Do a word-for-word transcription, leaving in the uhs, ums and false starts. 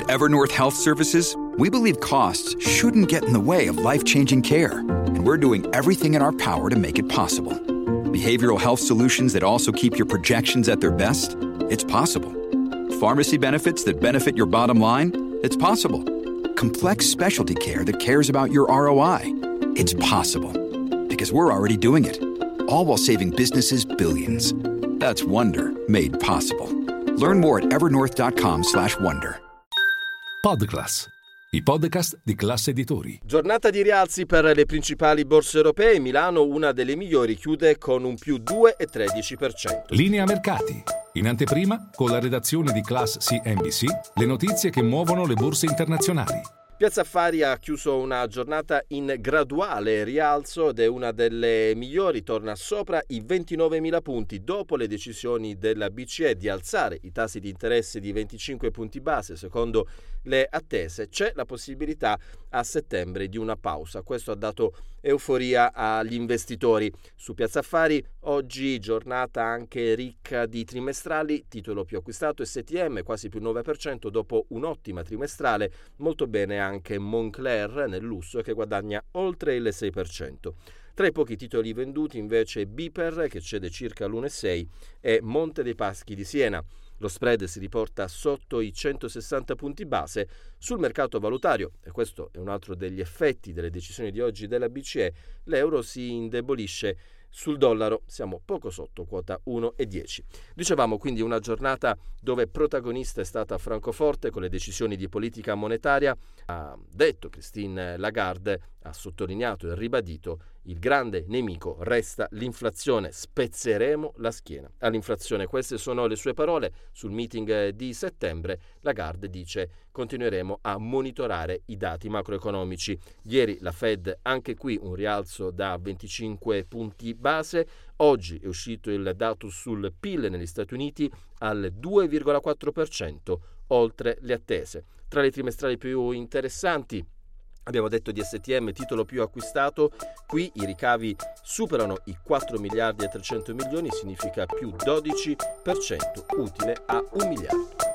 Evernorth Health Services, we believe costs shouldn't get in the way of life-changing care, and we're doing everything in our power to make it possible. Behavioral health solutions that also keep your projections at their best? It's possible. Pharmacy benefits that benefit your bottom line? It's possible. Complex specialty care that cares about your R O I? It's possible. Because we're already doing it. All while saving businesses billions. That's Wonder made possible. Learn more at evernorth.com slash wonder. Podclass, i podcast di Classe Editori. Giornata di rialzi per le principali borse europee. Milano, una delle migliori, chiude con un più due virgola tredici per cento. Linea mercati. In anteprima, con la redazione di Class C N B C, le notizie che muovono le borse internazionali. Piazza Affari ha chiuso una giornata in graduale rialzo ed è una delle migliori, torna sopra i ventinovemila punti dopo le decisioni della B C E di alzare i tassi di interesse di venticinque punti base. Secondo le attese c'è la possibilità a settembre di una pausa. Questo ha dato euforia agli investitori. Su Piazza Affari oggi giornata anche ricca di trimestrali, titolo più acquistato S T M quasi più nove per cento dopo un'ottima trimestrale, molto bene anche Moncler nel lusso che guadagna oltre il sei per cento. Tra i pochi titoli venduti invece Biper che cede circa l'uno virgola sei per cento e Monte dei Paschi di Siena. Lo spread si riporta sotto i centosessanta punti base. Sul mercato valutario, e questo è un altro degli effetti delle decisioni di oggi della B C E, l'euro si indebolisce. Sul dollaro siamo poco sotto quota uno virgola dieci. Dicevamo quindi una giornata dove protagonista è stata Francoforte con le decisioni di politica monetaria. Ha detto Christine Lagarde, ha sottolineato e ribadito: il grande nemico resta l'inflazione, spezzeremo la schiena all'inflazione. Queste sono le sue parole sul meeting di settembre. Lagarde dice: continueremo a monitorare i dati macroeconomici. Ieri la Fed, anche qui un rialzo da venticinque punti base. Oggi è uscito il dato sul P I L negli Stati Uniti al due virgola quattro per cento, oltre le attese. Tra le trimestrali più interessanti abbiamo detto di S T M, titolo più acquistato. Qui i ricavi superano i quattro miliardi e trecento milioni, significa più dodici per cento, utile a un miliardo.